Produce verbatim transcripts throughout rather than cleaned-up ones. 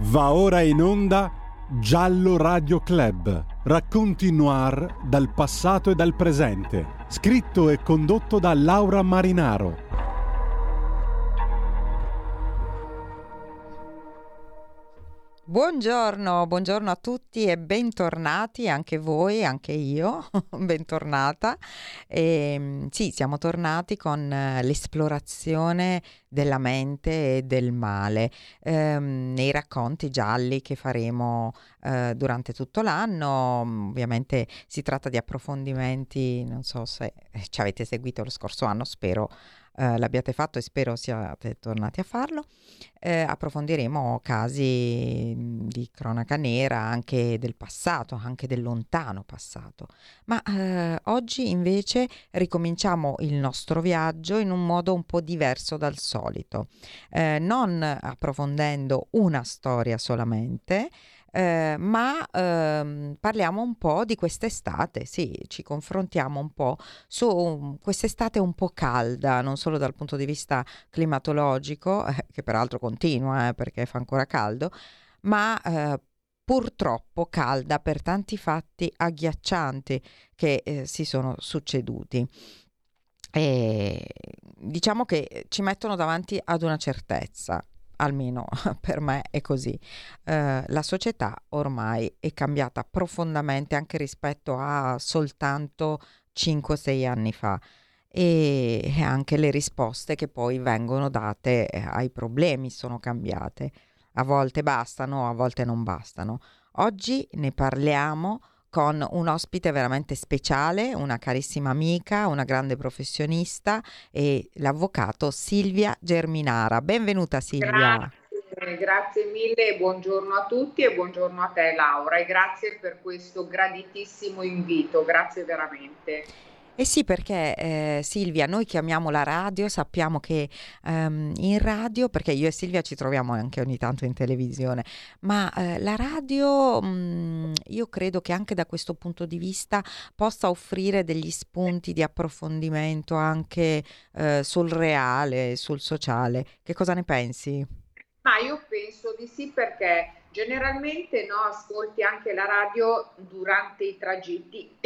Va ora in onda Giallo Radio Club, racconti noir dal passato e dal presente, scritto e condotto da Laura Marinaro. Buongiorno, buongiorno a tutti e bentornati, anche voi, anche io, bentornata. E, sì, siamo tornati con eh, l'esplorazione della mente e del male ehm, nei racconti gialli che faremo eh, durante tutto l'anno. Ovviamente si tratta di approfondimenti, non so se ci avete seguito lo scorso anno, spero eh, l'abbiate fatto e spero siate tornati a farlo. Eh, approfondiremo casi di cronaca nera anche del passato, anche del lontano passato. Ma eh, oggi invece ricominciamo il nostro viaggio in un modo un po' diverso dal solito, eh, non approfondendo una storia solamente, eh, ma ehm, parliamo un po' di quest'estate, sì, ci confrontiamo un po' su um, quest'estate un po' calda, non solo dal punto di vista climatologico, eh, che peraltro continua eh, perché fa ancora caldo, ma eh, purtroppo calda per tanti fatti agghiaccianti che eh, si sono succeduti. E diciamo che ci mettono davanti ad una certezza, almeno per me è così. Eh, la società ormai è cambiata profondamente anche rispetto a soltanto cinque sei anni fa e anche le risposte che poi vengono date eh, ai problemi sono cambiate. A volte bastano, a volte non bastano. Oggi ne parliamo con un ospite veramente speciale, una carissima amica, una grande professionista e l'avvocato Silvia Germinara. Benvenuta Silvia. Grazie, grazie mille, buongiorno a tutti e buongiorno a te Laura e grazie per questo graditissimo invito, grazie veramente. Eh sì, perché eh, Silvia, noi chiamiamo la radio, sappiamo che ehm, in radio, perché io e Silvia ci troviamo anche ogni tanto in televisione, ma eh, la radio mh, io credo che anche da questo punto di vista possa offrire degli spunti di approfondimento anche eh, sul reale, sul sociale. Che cosa ne pensi? Ma io penso di sì perché generalmente no, ascolti anche la radio durante i tragitti,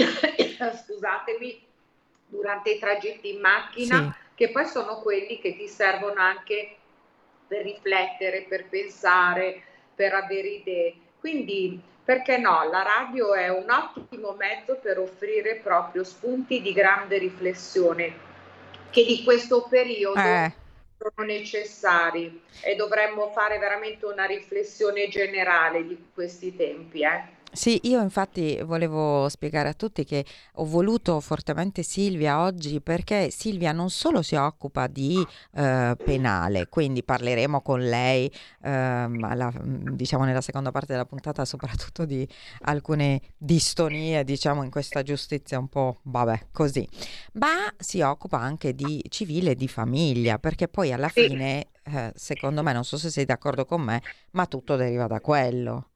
scusatemi, durante i tragitti in macchina, Sì. che poi sono quelli che ti servono anche per riflettere, per pensare, per avere idee. Quindi, perché no? La radio è un ottimo mezzo per offrire proprio spunti di grande riflessione che di questo periodo Eh. sono necessari e dovremmo fare veramente una riflessione generale di questi tempi, eh. Sì, io infatti volevo spiegare a tutti che ho voluto fortemente Silvia oggi perché Silvia non solo si occupa di eh, penale, quindi parleremo con lei, ehm, alla- diciamo nella seconda parte della puntata, soprattutto di alcune distonie, diciamo, in questa giustizia un po', vabbè, così, ma si occupa anche di civile e di famiglia, perché poi alla Sì. fine, eh, secondo me, non so se sei d'accordo con me, ma tutto deriva da quello.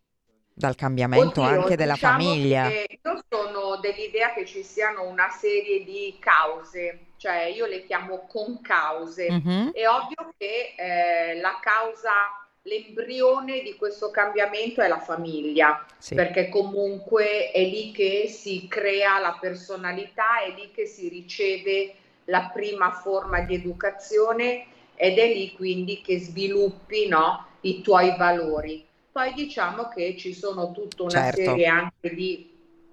Dal cambiamento Oddio, anche della diciamo famiglia. che io sono dell'idea che ci siano una serie di cause, cioè io le chiamo concause. Mhm. È ovvio che eh, la causa, l'embrione di questo cambiamento è la famiglia, Sì, perché comunque è lì che si crea la personalità, è lì che si riceve la prima forma di educazione ed è lì quindi che sviluppi, no, i tuoi valori. Poi diciamo che ci sono tutta una certo. serie anche di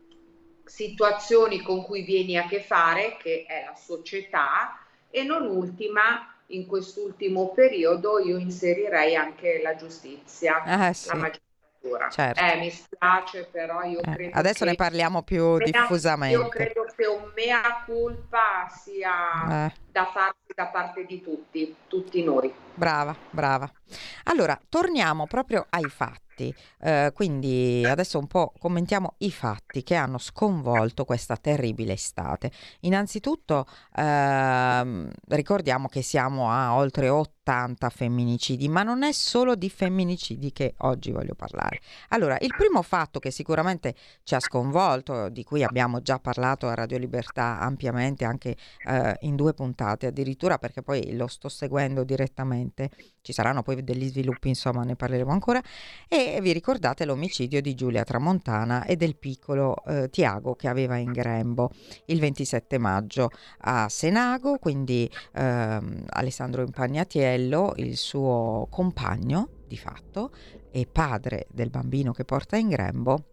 situazioni con cui vieni a che fare, che è la società, e non ultima, in quest'ultimo periodo, io inserirei anche la giustizia, Eh la sì, magistratura. certo. Eh, mi spiace, però io Eh, credo adesso ne che parliamo più mea- io diffusamente. credo che un mea culpa sia Eh, da farsi da parte di tutti, tutti noi. brava, brava. Allora, torniamo proprio ai fatti. fatti, eh, quindi adesso un po' commentiamo i fatti che hanno sconvolto questa terribile estate. Innanzitutto ehm, ricordiamo che siamo a oltre ottanta femminicidi, ma non è solo di femminicidi che oggi voglio parlare. Allora, il primo fatto che sicuramente ci ha sconvolto, di cui abbiamo già parlato a Radio Libertà ampiamente, anche eh, in due puntate addirittura, perché poi lo sto seguendo direttamente, ci saranno poi degli sviluppi, insomma ne parleremo ancora, e vi ricordate l'omicidio di Giulia Tramontana e del piccolo eh, Tiago che aveva in grembo il ventisette maggio a Senago, quindi ehm, Alessandro Impagnatiello, il suo compagno di fatto e padre del bambino che porta in grembo,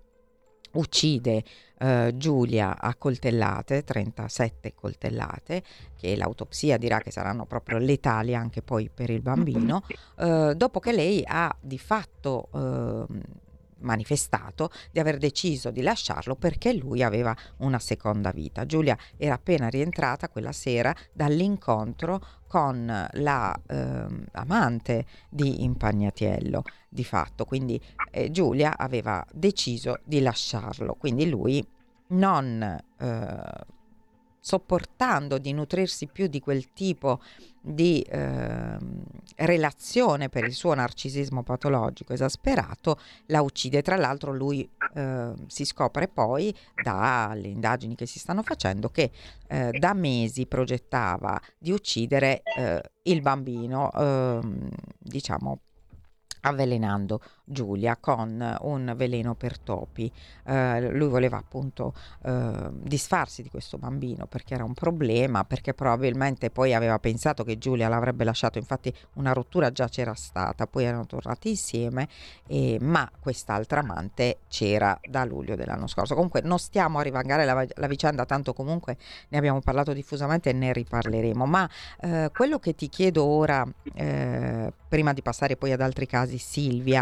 uccide eh, Giulia a coltellate, trentasette coltellate, che l'autopsia dirà che saranno proprio letali anche poi per il bambino, eh, dopo che lei ha di fatto eh, manifestato di aver deciso di lasciarlo perché lui aveva una seconda vita. Giulia era appena rientrata quella sera dall'incontro con la eh, amante di Impagnatiello di fatto, quindi eh, Giulia aveva deciso di lasciarlo, quindi lui non eh, sopportando di nutrirsi più di quel tipo di eh, relazione per il suo narcisismo patologico esasperato, la uccide. Tra l'altro lui eh, si scopre poi dalle indagini che si stanno facendo che eh, da mesi progettava di uccidere eh, il bambino, eh, diciamo avvelenando Giulia con un veleno per topi. Eh, lui voleva appunto eh, disfarsi di questo bambino perché era un problema, perché probabilmente poi aveva pensato che Giulia l'avrebbe lasciato, infatti una rottura già c'era stata, poi erano tornati insieme, e, ma quest'altra amante c'era da luglio dell'anno scorso. Comunque non stiamo a rivangare la, la vicenda, tanto comunque ne abbiamo parlato diffusamente e ne riparleremo, ma eh, quello che ti chiedo ora, eh, prima di passare poi ad altri casi, Silvia,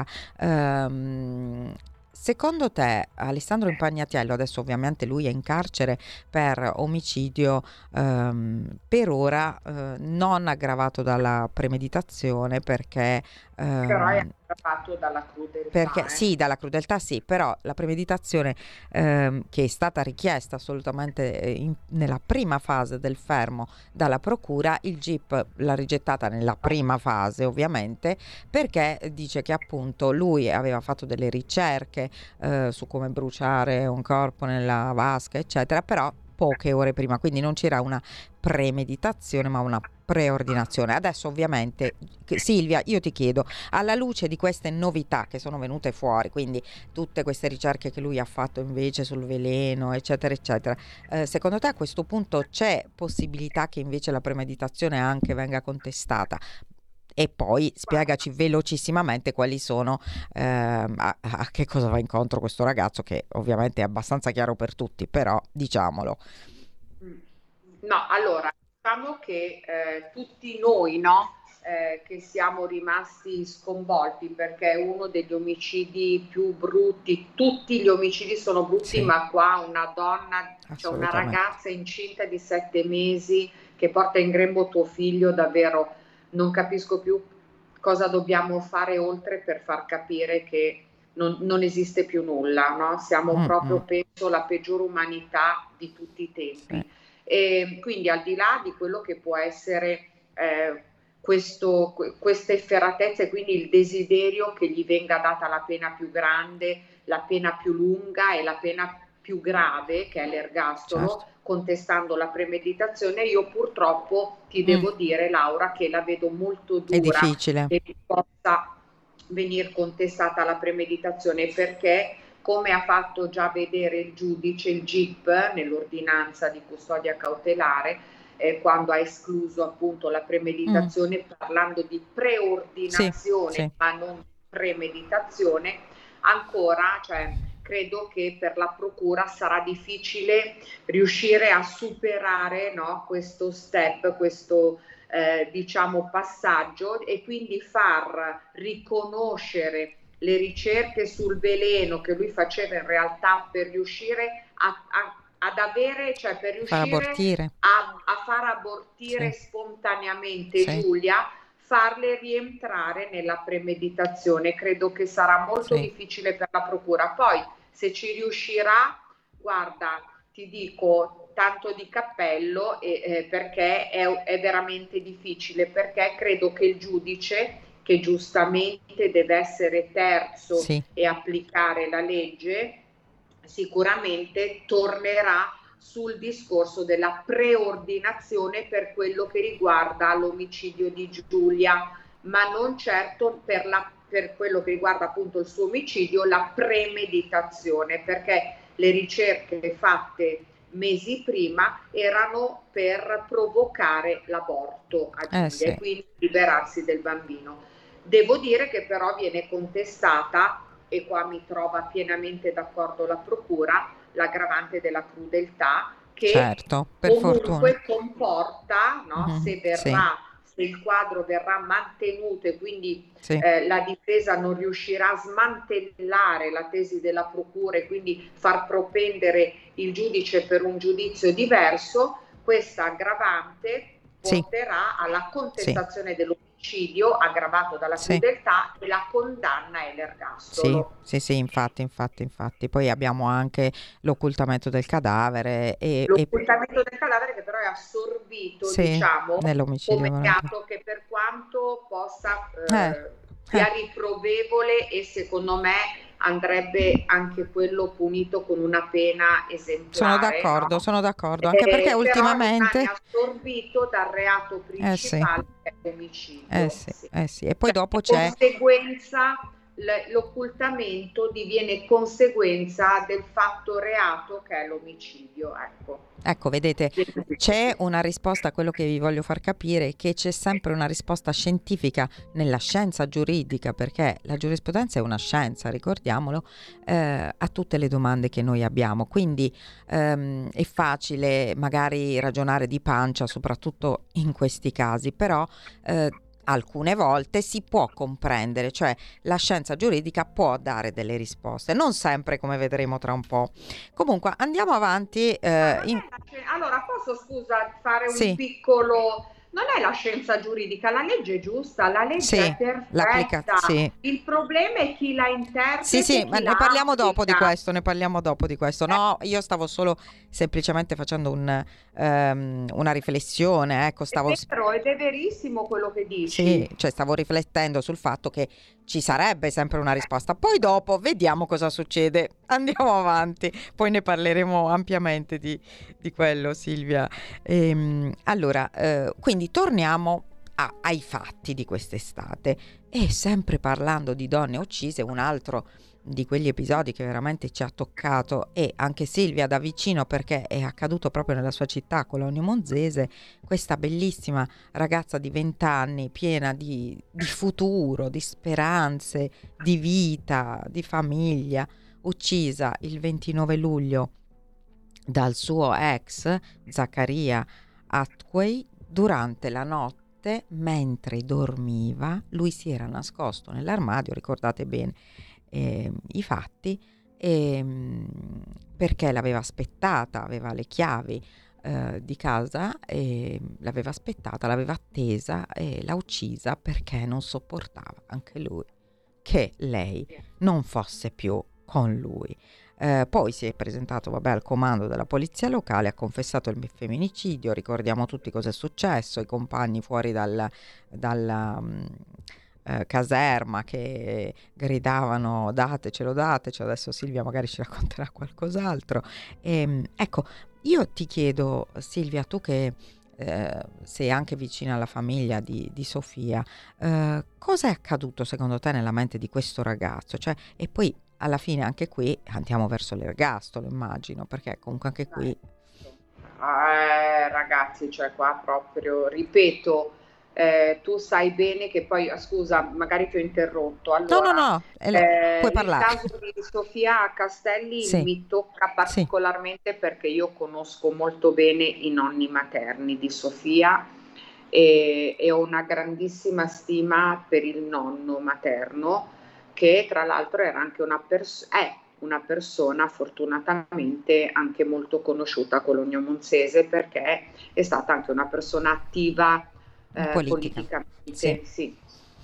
ehm, secondo te Alessandro Impagnatiello, adesso ovviamente lui è in carcere per omicidio ehm, per ora eh, non aggravato dalla premeditazione perché ehm, Però è aggravato dalla crudeltà. perché eh. sì, dalla crudeltà sì, però la premeditazione ehm, che è stata richiesta assolutamente eh, in- nella prima fase del fermo dalla procura, il G I P l'ha rigettata nella prima fase ovviamente, perché dice che appunto lui aveva fatto delle ricerche eh, su come bruciare un corpo nella vasca eccetera, però poche ore prima, quindi non c'era una premeditazione ma una preordinazione. Adesso ovviamente che- Silvia, io ti chiedo, alla luce di queste novità che sono venute fuori, quindi tutte queste ricerche che lui ha fatto invece sul veleno eccetera eccetera, eh, secondo te a questo punto c'è possibilità che invece la premeditazione anche venga contestata? E poi spiegaci velocissimamente quali sono, ehm, a, a che cosa va incontro questo ragazzo, che ovviamente è abbastanza chiaro per tutti, però diciamolo. No, allora, diciamo che eh, tutti noi, no, eh, che siamo rimasti sconvolti perché è uno degli omicidi più brutti, tutti gli omicidi sono brutti, Sì, ma qua una donna, cioè una assolutamente. ragazza incinta di sette mesi che porta in grembo tuo figlio, davvero non capisco più cosa dobbiamo fare oltre per far capire che non, non esiste più nulla, no? Siamo Mm, proprio, mm, penso, la peggior umanità di tutti i tempi. sì. E quindi al di là di quello che può essere eh, questo, que- questa efferatezza e quindi il desiderio che gli venga data la pena più grande, la pena più lunga e la pena più grave, che è l'ergastolo, Certo. contestando la premeditazione, io purtroppo ti Mm, devo dire, Laura, che la vedo molto è dura difficile. che possa venire contestata la premeditazione, perché come ha fatto già vedere il giudice, il G I P, nell'ordinanza di custodia cautelare, eh, quando ha escluso appunto la Mm, premeditazione, parlando di sì, preordinazione sì. ma non premeditazione, ancora, cioè, credo che per la procura sarà difficile riuscire a superare, no, questo step, questo eh, diciamo passaggio, e quindi far riconoscere le ricerche sul veleno che lui faceva in realtà per riuscire a, a, ad avere, cioè per Far riuscire abortire. a, a far Sì, abortire spontaneamente sì. Giulia, farle rientrare nella premeditazione. Credo che sarà molto Sì. difficile per la procura. Poi se ci riuscirà, guarda, ti dico tanto di cappello, eh, eh, perché è, è veramente difficile, perché credo che il giudice, che giustamente deve essere terzo Sì. e applicare la legge, sicuramente tornerà sul discorso della preordinazione per quello che riguarda l'omicidio di Giulia, ma non certo per, la, per quello che riguarda appunto il suo omicidio, la premeditazione, perché le ricerche fatte mesi prima erano per provocare l'aborto a Giulia Eh sì. e quindi liberarsi del bambino. Devo dire che però viene contestata, e qua mi trova pienamente d'accordo la procura, l'aggravante della crudeltà, che Certo, per fortuna. comunque comporta, no, Mhm, se sì. verrà, se il quadro verrà mantenuto e quindi Sì. eh, la difesa non riuscirà a smantellare la tesi della procura e quindi far propendere il giudice per un giudizio diverso, questa aggravante Sì. porterà alla Sì. contestazione dell'omicidio aggravato dalla Sì. crudeltà e la condanna è Sì, l'ergastolo. sì, sì, infatti, infatti, infatti. Poi abbiamo anche l'occultamento del cadavere e, e L'occultamento del cadavere che però è assorbito, sì, diciamo, nell'omicidio come volontario. reato che per quanto possa Eh, eh, sia eh. riprovevole, e secondo me andrebbe anche quello punito con una pena Sono esemplare, d'accordo, no? sono d'accordo, anche perché Eh, però rimane ultimamente, assorbito dal reato eh sì, principale che è eh l'omicidio. sì, Sì. eh sì. E poi Cioè, dopo di c'è, conseguenza l- l'occultamento diviene conseguenza del fatto reato che è l'omicidio, ecco. ecco, vedete, c'è una risposta a quello che vi voglio far capire, che c'è sempre una risposta scientifica nella scienza giuridica, perché la giurisprudenza è una scienza, ricordiamolo, eh, a tutte le domande che noi abbiamo. Quindi ehm, è facile magari ragionare di pancia, soprattutto in questi casi, però eh, alcune volte si può comprendere, cioè la scienza giuridica può dare delle risposte, non sempre, come vedremo tra un po'. Comunque andiamo avanti. Eh, Ah, non in... è la sci- allora, posso, scusa, fare un Sì, piccolo... Non è la scienza giuridica, la legge è giusta, la legge sì, è l'applica... perfetta. Sì. Il problema è chi la Sì, interpreta sì, e ma chi ne la parliamo dopo di applica. questo, ne parliamo dopo di questo. No, io stavo solo semplicemente facendo un, ehm, una riflessione, ecco, È stavo... vero, ed è verissimo quello che Sì, dici. cioè stavo riflettendo sul fatto che ci sarebbe sempre una risposta. Poi dopo vediamo cosa succede. Andiamo avanti, poi ne parleremo ampiamente di, di quello, Silvia. Ehm, allora, eh, quindi torniamo a- ai fatti di quest'estate. E sempre parlando di donne uccise, un altro di quegli episodi che veramente ci ha toccato, e anche Silvia da vicino, perché è accaduto proprio nella sua città, Cologno Monzese, questa bellissima ragazza di venti anni, piena di, di futuro, di speranze, di vita, di famiglia, uccisa il ventinove luglio dal suo ex Zaccaria Atway durante la notte, mentre dormiva. Lui si era nascosto nell'armadio, ricordate bene eh, i fatti, e, perché l'aveva aspettata, aveva le chiavi eh, di casa, e l'aveva aspettata, l'aveva attesa e l'ha uccisa perché non sopportava anche lui che lei non fosse più con lui. Eh, poi si è presentato, vabbè, al comando della polizia locale, ha confessato il femminicidio. Ricordiamo tutti cosa è successo: i compagni fuori dal, dalla um, eh, caserma che gridavano datecelo, datecelo. Adesso Silvia magari ci racconterà qualcos'altro. E, ecco, io ti chiedo, Silvia, tu che eh, sei anche vicina alla famiglia di, di Sofia, eh, cosa è accaduto secondo te nella mente di questo ragazzo? Cioè, e poi alla fine anche qui andiamo verso l'ergastolo, immagino, perché comunque anche qui... Eh, ragazzi, cioè qua proprio, ripeto, eh, tu sai bene che poi, scusa, magari ti ho interrotto. Allora, no, no, no, eh, eh, puoi il parlare. caso di Sofia Castelli Sì. mi tocca particolarmente, sì, perché io conosco molto bene i nonni materni di Sofia e, e ho una grandissima stima per il nonno materno, che tra l'altro era anche una persona, è una persona fortunatamente anche molto conosciuta a Cologno Monzese, perché è stata anche una persona attiva eh, politica. politicamente. Sì. Sì.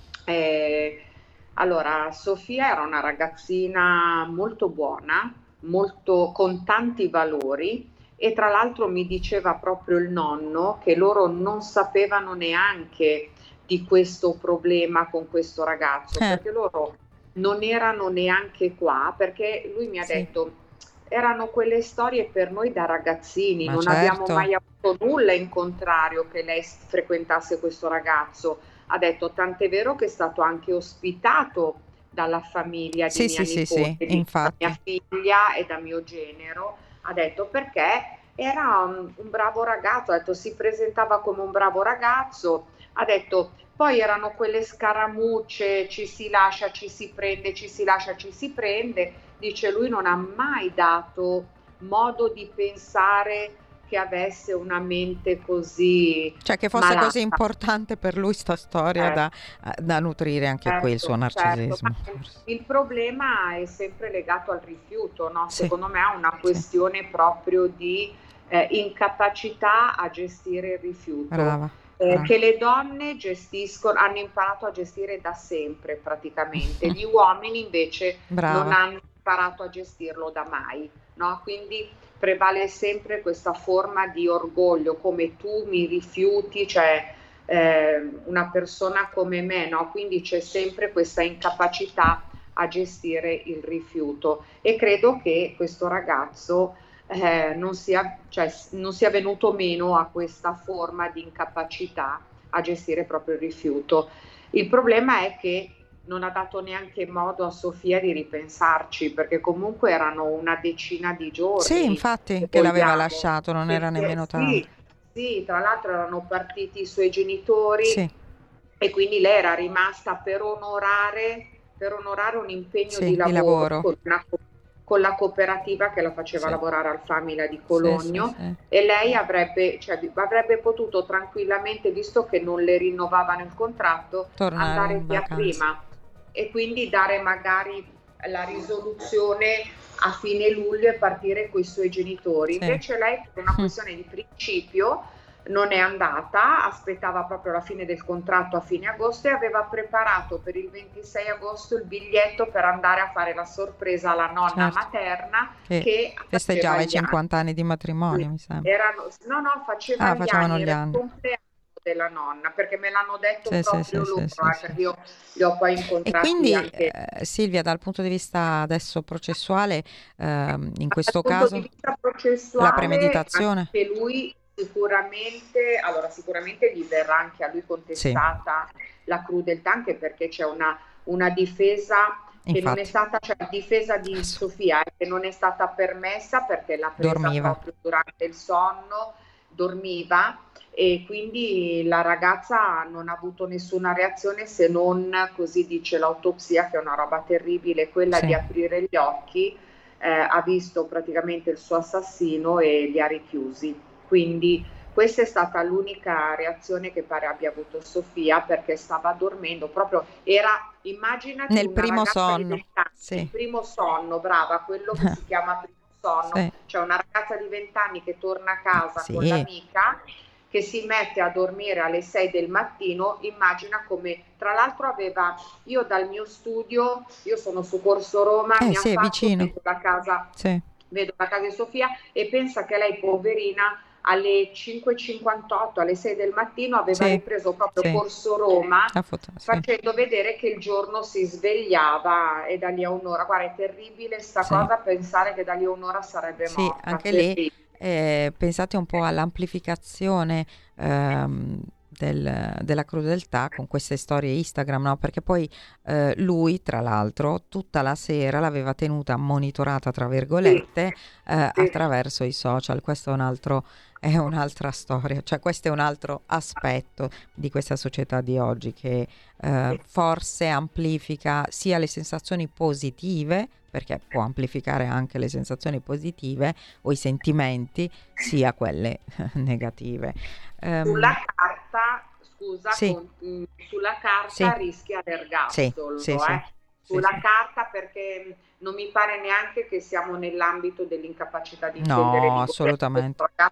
Eh, allora, Sofia era una ragazzina molto buona, molto con tanti valori, e tra l'altro mi diceva proprio il nonno che loro non sapevano neanche di questo problema con questo ragazzo, Eh, perché loro non erano neanche qua, perché lui mi ha sì, detto erano quelle storie per noi da ragazzini, ma non abbiamo certo. mai avuto nulla in contrario che lei s- frequentasse questo ragazzo. Ha detto tant'è vero che è stato anche ospitato dalla famiglia di Sì, mia sì, sì, sì, nipote, di da mia infatti. figlia e da mio genero. Ha detto perché era un, un bravo ragazzo, ha detto si presentava come un bravo ragazzo, ha detto poi erano quelle scaramucce, ci si lascia, ci si prende, ci si lascia, ci si prende. Dice lui non ha mai dato modo di pensare che avesse una mente così Cioè che fosse così malata. importante per lui sta storia Eh, da, da nutrire anche qui il suo certo, certo, ma narcisismo, forse. il problema è sempre legato al rifiuto, no? Sì, Secondo me è una sì, questione proprio di eh, incapacità a gestire il rifiuto, brava, eh, brava. che le donne gestiscono, hanno imparato a gestire da sempre praticamente, gli uomini invece non Brava. hanno imparato a gestirlo da mai, no? Quindi prevale sempre questa forma di orgoglio, come tu mi rifiuti, cioè eh, una persona come me, no? Quindi c'è sempre questa incapacità a gestire il rifiuto, e credo che questo ragazzo eh, non sia, cioè, non sia venuto meno a questa forma di incapacità a gestire proprio il rifiuto. Il problema è che non ha dato neanche modo a Sofia di ripensarci, perché comunque erano una decina di Sì, giorni, se infatti, che l'aveva vogliamo. lasciato, non era Perché nemmeno tanto. sì, sì, tra l'altro erano partiti i suoi genitori Sì, e quindi lei era rimasta per onorare, per onorare un impegno sì, di di lavoro lavoro. con, una- con la cooperativa che la faceva Sì, lavorare al Famila di sì, sì, Cologno, sì. e lei avrebbe, cioè, avrebbe potuto tranquillamente, visto che non le rinnovavano il contratto, Tornare andare in via vacanza. prima e quindi dare magari la risoluzione a fine luglio e partire con i suoi genitori. Sì. Invece lei, per una Mm, questione di principio, non è andata, aspettava proprio la fine del contratto a fine agosto e aveva preparato per il ventisei agosto il biglietto per andare a fare la sorpresa alla nonna certo, materna che che faceva festeggiava i gli anni. cinquanta anni di matrimonio, mi sembra. Erano, no, no, faceva Ah, gli facevano anni, gli era il anni. compleanno della nonna, perché me l'hanno detto Sì, sì, proprio sì, loro, sì, sì, eh, sì, perché sì. io li ho poi E incontrati quindi, anche. eh, Silvia, dal punto di vista adesso processuale, ehm, in Dal questo punto di caso, vista la processuale, premeditazione? anche lui sicuramente, allora sicuramente gli verrà anche a lui Sì, contestata la crudeltà, anche perché c'è una, una difesa che non è infatti, stata, cioè la difesa di adesso Sofia, eh, che non è stata permessa perché l'ha presa dormiva. proprio durante il sonno, dormiva, e quindi la ragazza non ha avuto nessuna reazione, se non, così dice l'autopsia, che è una roba terribile, quella Sì, di aprire gli occhi, eh, ha visto praticamente il suo assassino e li ha richiusi. Quindi questa è stata l'unica reazione che pare abbia avuto Sofia, perché stava dormendo, proprio era, immaginati nel una primo ragazza di sonno. venti anni, il Sì, primo sonno, brava, quello che si chiama primo sonno, sì, cioè una ragazza di venti anni che torna a casa con sì, l'amica, che si mette a dormire alle sei del mattino, immagina come, tra l'altro aveva, io dal mio studio, io sono su Corso Roma, eh mi sì, è affaccio, vicino. vedo la casa, Sì, vedo la casa di Sofia e pensa che lei, poverina, alle cinque e cinquantotto, alle sei del mattino, aveva sì, ripreso proprio sì, Corso Roma, la foto, sì, facendo vedere che il giorno si svegliava, e da lì a un'ora, guarda, è terribile sta sì. cosa, pensare che da lì a un'ora sarebbe Sì, morta, anche lì terribile. eh, pensate un po' all'amplificazione ehm, del- della crudeltà con queste storie Instagram, no? Perché poi eh, lui, tra l'altro, tutta la sera l'aveva tenuta monitorata, tra Sì, virgolette, eh, sì, attraverso i social. Questo è un altro, è un'altra storia, cioè questo è un altro aspetto di questa società di oggi che eh, sì. forse amplifica sia le sensazioni positive, perché può amplificare anche le sensazioni positive o i sentimenti, sia quelle negative. Sulla Ehm, carta, scusa, sì, con- mh, sulla carta sì, rischia sì, l'ergastolo, sì, sì, eh? sì, Sulla sì. carta, perché non mi pare neanche che siamo nell'ambito dell'incapacità di intendere e No, di volere. assolutamente. Questo ragazzo non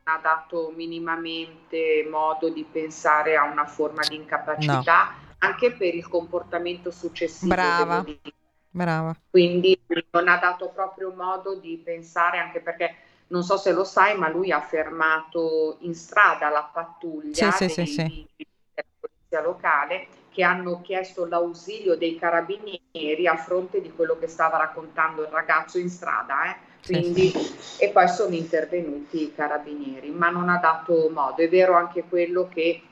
ha dato minimamente modo di pensare a una forma di incapacità, no. Anche per il comportamento successivo. Brava, brava. Quindi non ha dato proprio modo di pensare, anche perché non so se lo sai, ma lui ha fermato in strada la pattuglia sì, dei sì, sì, vigili della polizia locale, che hanno chiesto l'ausilio dei carabinieri a fronte di quello che stava raccontando il ragazzo in strada, eh? Quindi, sì, sì. E poi sono intervenuti i carabinieri, ma non ha dato modo. È vero anche quello che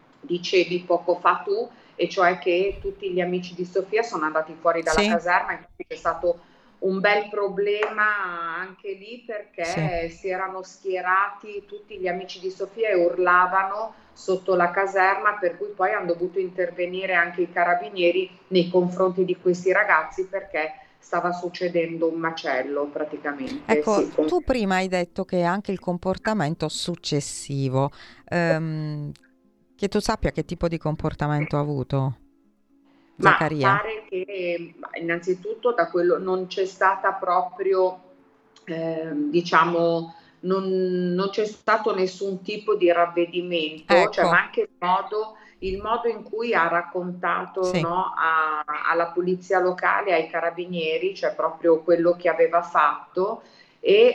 dicevi poco fa tu, e cioè che tutti gli amici di Sofia sono andati fuori dalla, sì, caserma, infatti c'è stato un bel problema anche lì, perché sì, si erano schierati tutti gli amici di Sofia e urlavano sotto la caserma, per cui poi hanno dovuto intervenire anche i carabinieri nei confronti di questi ragazzi, perché stava succedendo un macello praticamente. Ecco, sì, com- tu prima hai detto che anche il comportamento successivo, ehm, che tu sappia che tipo di comportamento ha avuto Zaccaria? Ma pare che innanzitutto da quello non c'è stata proprio, eh, diciamo, non, non c'è stato nessun tipo di ravvedimento, ecco, cioè, ma anche il modo, il modo in cui ha raccontato, sì, no, a, alla polizia locale, ai carabinieri, cioè proprio quello che aveva fatto, e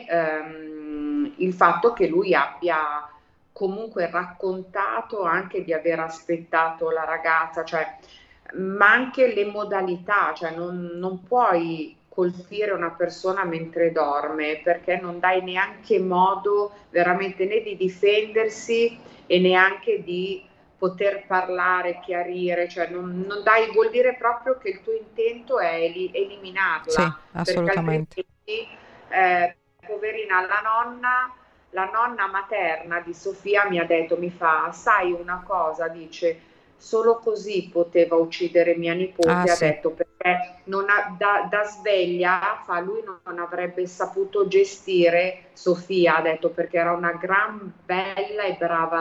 ehm, il fatto che lui abbia comunque raccontato anche di aver aspettato la ragazza, cioè, ma anche le modalità, cioè non, non puoi colpire una persona mentre dorme, perché non dai neanche modo veramente né di difendersi e neanche di poter parlare, chiarire, cioè non, non dai, vuol dire proprio che il tuo intento è eli- eliminarla, sì, assolutamente, perché altrimenti, eh, poverina, la nonna, la nonna materna di Sofia mi ha detto, mi fa, sai una cosa, dice, solo così poteva uccidere mia nipote, ah, ha sì, detto, perché non ha, da, da sveglia fa, lui non avrebbe saputo gestire Sofia, ha detto, perché era una gran bella e brava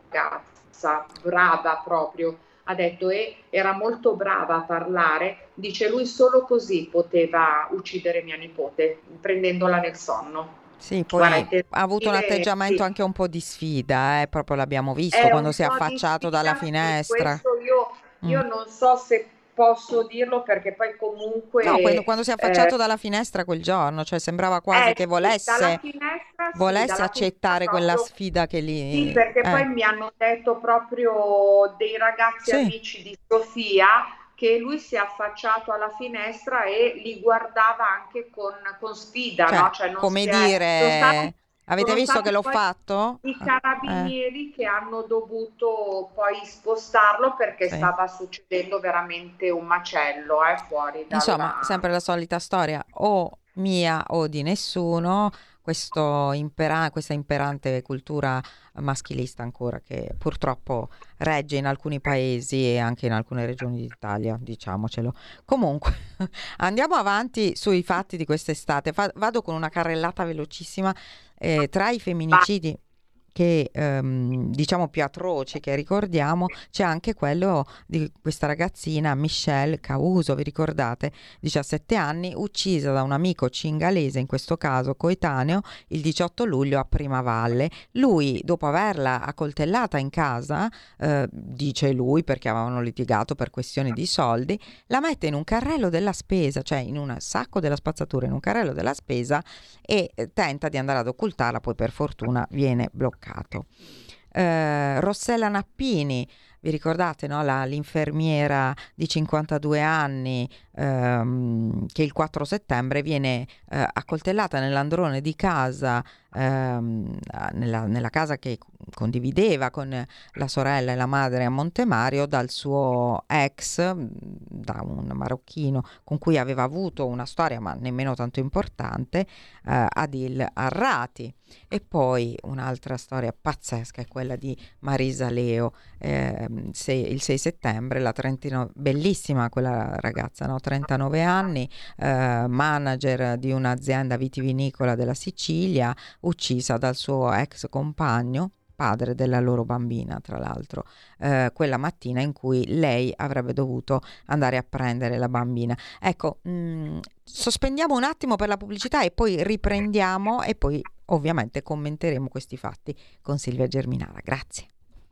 ragazza, brava proprio, ha detto, e era molto brava a parlare, dice, lui solo così poteva uccidere mia nipote, prendendola nel sonno. sì, poi Guarda, ha avuto un atteggiamento sì, anche un po' di sfida, eh, proprio l'abbiamo visto è quando un si è po' di affacciato dalla sfida, sì, finestra. questo io, Mm. io non so se posso dirlo, perché poi No, quando, comunque quando si è eh, affacciato dalla finestra quel giorno, cioè sembrava quasi eh, che sì, dalla volesse, finestra, sì, volesse dalla finestra accettare quella proprio, sfida che sì, lì... perché poi Eh, mi hanno detto proprio dei ragazzi sì, amici di Sofia che lui si è affacciato alla finestra e li guardava anche con, con sfida, cioè, no? Cioè non come si è, sono stati, dire, avete sono visto che stati l'ho poi fatto? i Eh, carabinieri che hanno dovuto poi spostarlo, perché sì. stava succedendo veramente un macello, eh, fuori Insomma, dalla... sempre la solita storia, o mia o di nessuno, questo impera- questa imperante cultura maschilista ancora che purtroppo regge in alcuni paesi e anche in alcune regioni d'Italia, diciamocelo. Comunque, andiamo avanti sui fatti di quest'estate. Fa- vado con una carrellata velocissima. Eh, tra i femminicidi che ehm, diciamo più atroci che ricordiamo c'è anche quello di questa ragazzina Michelle Causo, vi ricordate? diciassette anni, uccisa da un amico cingalese, in questo caso coetaneo, il diciotto luglio a Primavalle. Lui, dopo averla accoltellata in casa, eh, dice lui perché avevano litigato per questioni di soldi, la mette in un carrello della spesa, cioè in un sacco della spazzatura, in un carrello della spesa, e eh, tenta di andare ad occultarla, poi per fortuna viene bloccato. Eh, Rossella Nappini, vi ricordate, no? La, l'infermiera di cinquantadue anni ehm, che il quattro settembre viene eh, accoltellata nell'androne di casa, ehm, nella, nella casa che condivideva con la sorella e la madre a Montemario, dal suo ex, da un marocchino con cui aveva avuto una storia ma nemmeno tanto importante, eh, Adil Arrati. E poi un'altra storia pazzesca è quella di Marisa Leo, eh, se, il sei settembre, la trentanove, bellissima quella ragazza, no? trentanove anni, eh, manager di un'azienda vitivinicola della Sicilia, uccisa dal suo ex compagno, padre della loro bambina, tra l'altro, eh, quella mattina in cui lei avrebbe dovuto andare a prendere la bambina. Ecco, mh, sospendiamo un attimo per la pubblicità e poi riprendiamo e poi ovviamente commenteremo questi fatti con Silvia Germinara. Grazie.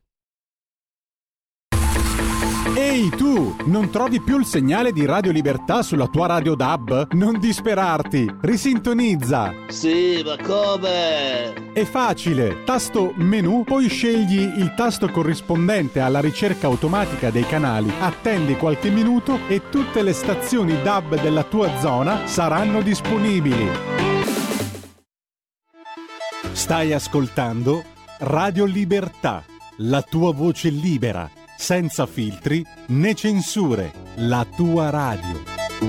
Ehi tu, non trovi più il segnale di Radio Libertà sulla tua radio D A B? Non disperarti, risintonizza! Sì, ma come? È facile, tasto menu, poi scegli il tasto corrispondente alla ricerca automatica dei canali, attendi qualche minuto e tutte le stazioni D A B della tua zona saranno disponibili. Stai ascoltando Radio Libertà, la tua voce libera, senza filtri né censure, la tua radio.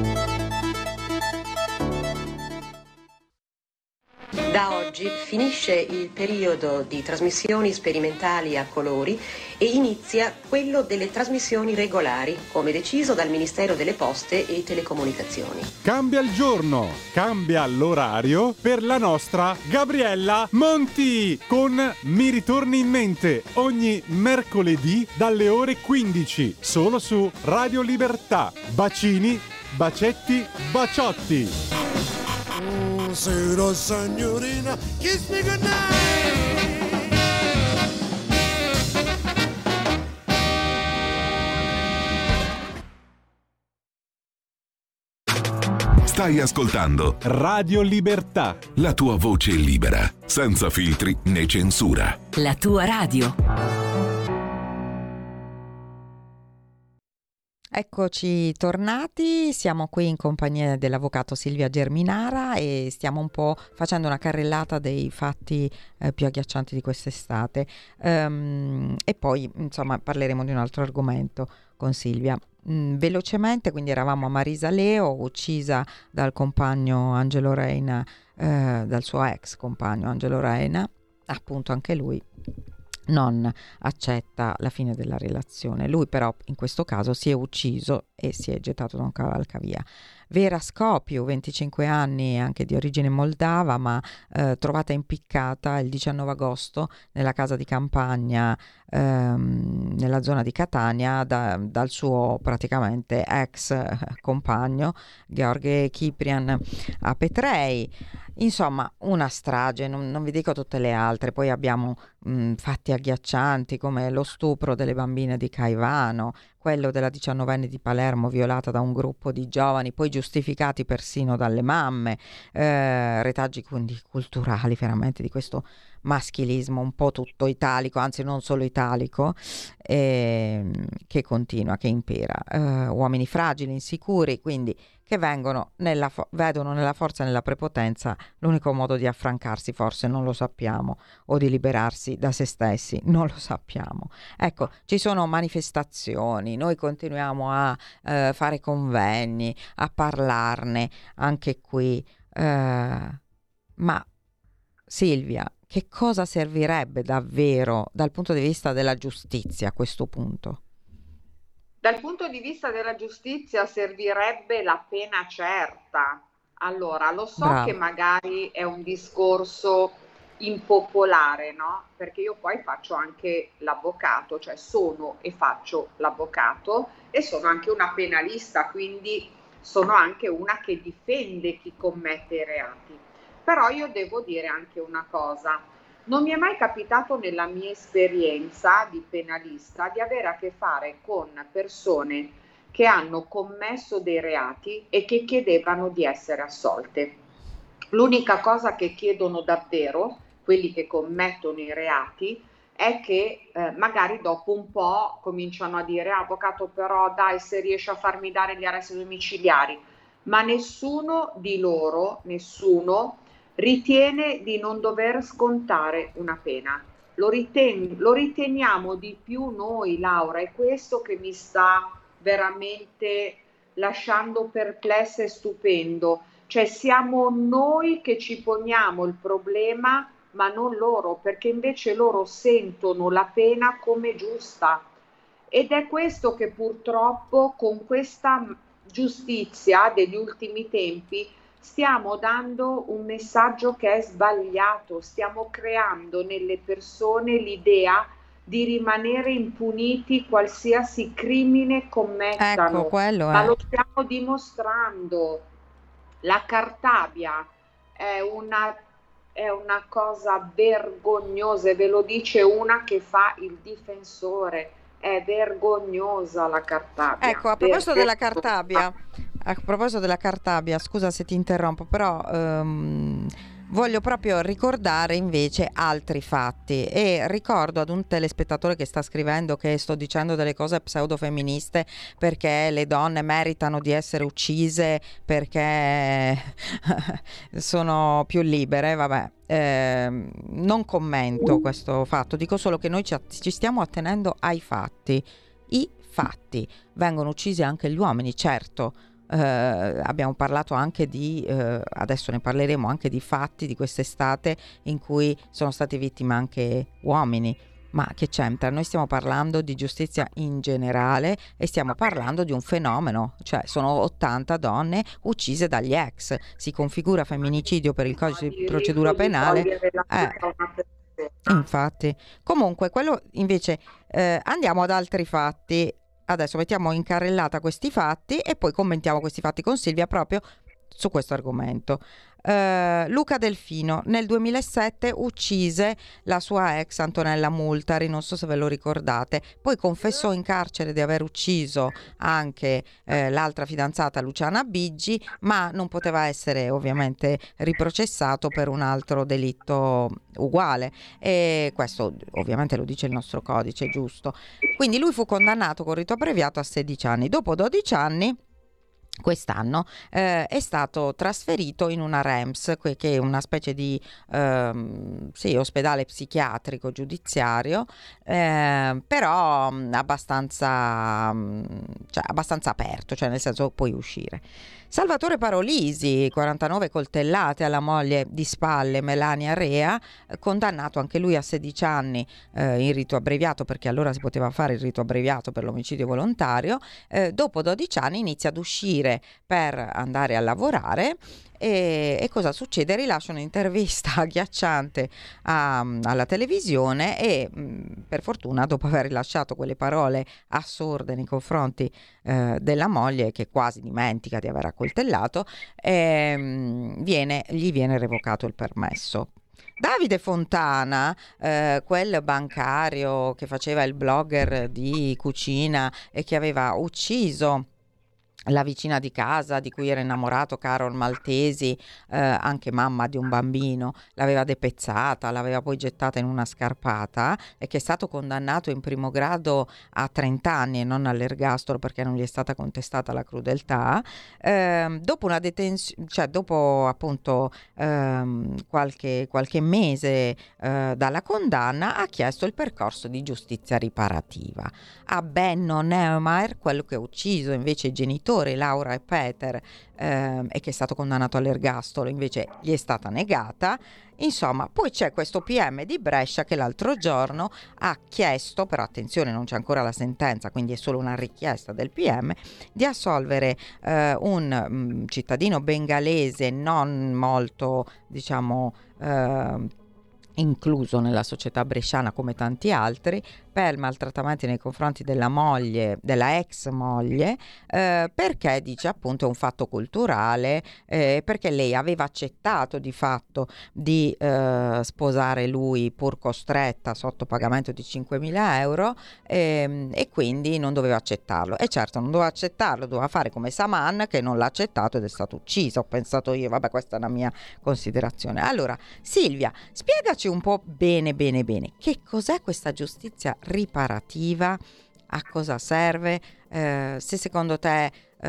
Da oggi finisce il periodo di trasmissioni sperimentali a colori e inizia quello delle trasmissioni regolari, come deciso dal Ministero delle Poste e Telecomunicazioni. Cambia il giorno, cambia l'orario per la nostra Gabriella Monti con Mi ritorni in mente ogni mercoledì dalle ore quindici, solo su Radio Libertà. Bacini, bacetti, baciotti. Sera signorina, kiss me goodnight. Stai ascoltando Radio Libertà, la tua voce libera, senza filtri né censura. La tua radio. Eccoci tornati, siamo qui in compagnia dell'avvocato Silvia Germinara e stiamo un po' facendo una carrellata dei fatti eh, più agghiaccianti di quest'estate um, e poi insomma parleremo di un altro argomento con Silvia. Mm, velocemente, quindi eravamo a Marisa Leo, uccisa dal compagno Angelo Reina, eh, dal suo ex compagno Angelo Reina, appunto anche lui non accetta la fine della relazione. Lui però in questo caso si è ucciso e si è gettato da un cavalcavia. Vera Scopiu, venticinque anni, anche di origine moldava, ma eh, trovata impiccata il diciannove agosto nella casa di campagna ehm, nella zona di Catania da, dal suo praticamente ex eh, compagno Gheorghe Ciprian a Petrei. Insomma, una strage, non, non vi dico tutte le altre. Poi abbiamo mh, fatti agghiaccianti come lo stupro delle bambine di Caivano, quello della diciannovenne di Palermo violata da un gruppo di giovani, poi giustificati persino dalle mamme, eh, retaggi quindi culturali veramente di questo maschilismo un po' tutto italico, anzi non solo italico, eh, che continua, che impera. Eh, uomini fragili, insicuri, quindi che vengono nella fo- vedono nella forza e nella prepotenza l'unico modo di affrancarsi, forse non lo sappiamo, o di liberarsi da se stessi, non lo sappiamo. Ecco, ci sono manifestazioni, noi continuiamo a eh, fare convegni, a parlarne anche qui, eh, ma Silvia, che cosa servirebbe davvero dal punto di vista della giustizia a questo punto? Dal punto di vista della giustizia servirebbe la pena certa. Allora, lo so Bravo. che magari è un discorso impopolare, no? Perché io poi faccio anche l'avvocato, cioè sono e faccio l'avvocato e sono anche una penalista, quindi sono anche una che difende chi commette i reati. Però io devo dire anche una cosa. Non mi è mai capitato nella mia esperienza di penalista di avere a che fare con persone che hanno commesso dei reati e che chiedevano di essere assolte. L'unica cosa che chiedono davvero, quelli che commettono i reati, è che eh, magari dopo un po' cominciano a dire ah, avvocato però dai se riesce a farmi dare gli arresti domiciliari, ma nessuno di loro, nessuno, ritiene di non dover scontare una pena. Lo, riten- lo riteniamo di più noi, Laura, è questo che mi sta veramente lasciando perplessa e stupendo. Cioè siamo noi che ci poniamo il problema, ma non loro, perché invece loro sentono la pena come giusta. Ed è questo che purtroppo con questa giustizia degli ultimi tempi stiamo dando un messaggio che è sbagliato, stiamo creando nelle persone l'idea di rimanere impuniti qualsiasi crimine commettano, Ecco, quello ma è. lo stiamo dimostrando. La Cartabia è una è una cosa vergognosa, e ve lo dice una che fa il difensore. È vergognosa la Cartabia. Ecco, a proposito della vergognosa. Cartabia, a proposito della Cartabia, scusa se ti interrompo, però ehm, voglio proprio ricordare invece altri fatti, e ricordo ad un telespettatore che sta scrivendo che sto dicendo delle cose pseudofemministe perché le donne meritano di essere uccise perché sono più libere, vabbè. Eh, non commento questo fatto, dico solo che noi ci, ci stiamo attenendo ai fatti. I fatti. Vengono uccisi anche gli uomini, certo. Eh, abbiamo parlato anche di, eh, adesso ne parleremo anche di fatti di quest'estate in cui sono stati vittime anche uomini. Ma che c'entra? Noi stiamo parlando di giustizia in generale e stiamo parlando di un fenomeno, cioè sono ottanta donne uccise dagli ex. Si configura femminicidio per il codice di procedura penale. Eh, infatti. Comunque, quello invece, eh, andiamo ad altri fatti. Adesso mettiamo in carrellata questi fatti e poi commentiamo questi fatti con Silvia proprio su questo argomento. Uh, Luca Delfino nel duemilasette uccise la sua ex Antonella Multari, non so se ve lo ricordate, poi confessò in carcere di aver ucciso anche eh, l'altra fidanzata Luciana Biggi, ma non poteva essere ovviamente riprocessato per un altro delitto uguale, e questo ovviamente lo dice il nostro codice, giusto? Quindi lui fu condannato con rito abbreviato a sedici anni. Dopo dodici anni, quest'anno, eh, è stato trasferito in una R E M S, che è una specie di ehm, sì, ospedale psichiatrico giudiziario, eh, però abbastanza, cioè, abbastanza aperto, cioè nel senso puoi uscire. Salvatore Parolisi, quarantanove coltellate alla moglie di spalle Melania Rea, condannato anche lui a sedici anni eh, in rito abbreviato, perché allora si poteva fare il rito abbreviato per l'omicidio volontario. Eh, dopo dodici anni inizia ad uscire per andare a lavorare. E, e cosa succede? Rilascia un'intervista agghiacciante a, alla televisione e mh, per fortuna, dopo aver rilasciato quelle parole assurde nei confronti eh, della moglie, che quasi dimentica di aver accoltellato, ehm, viene, gli viene revocato il permesso. Davide Fontana, eh, quel bancario che faceva il blogger di cucina e che aveva ucciso la vicina di casa di cui era innamorato, Carol Maltesi, eh, anche mamma di un bambino, l'aveva depezzata, l'aveva poi gettata in una scarpata, e che è stato condannato in primo grado a trenta anni e non all'ergastolo perché non gli è stata contestata la crudeltà. Eh, dopo una detenzione, cioè dopo appunto ehm, qualche, qualche mese eh, dalla condanna, ha chiesto il percorso di giustizia riparativa. A Benno Neumayer, quello che ha ucciso invece i genitori Laura e Peter, ehm, e che è stato condannato all'ergastolo, invece gli è stata negata. Insomma, poi c'è questo P M di Brescia che l'altro giorno ha chiesto, però attenzione, non c'è ancora la sentenza, quindi è solo una richiesta del P M, di assolvere eh, un mh, cittadino bengalese non molto, diciamo, eh, incluso nella società bresciana come tanti altri, per maltrattamenti nei confronti della moglie, della ex moglie, eh, perché dice appunto è un fatto culturale, eh, perché lei aveva accettato di fatto di eh, sposare lui pur costretta sotto pagamento di cinquemila euro, ehm, e quindi non doveva accettarlo. E certo non doveva accettarlo, doveva fare come Saman, che non l'ha accettato ed è stato ucciso. Ho pensato io, vabbè, questa è una mia considerazione. Allora Silvia, spiegaci un po' bene bene bene che cos'è questa giustizia riparativa, a cosa serve, eh, se secondo te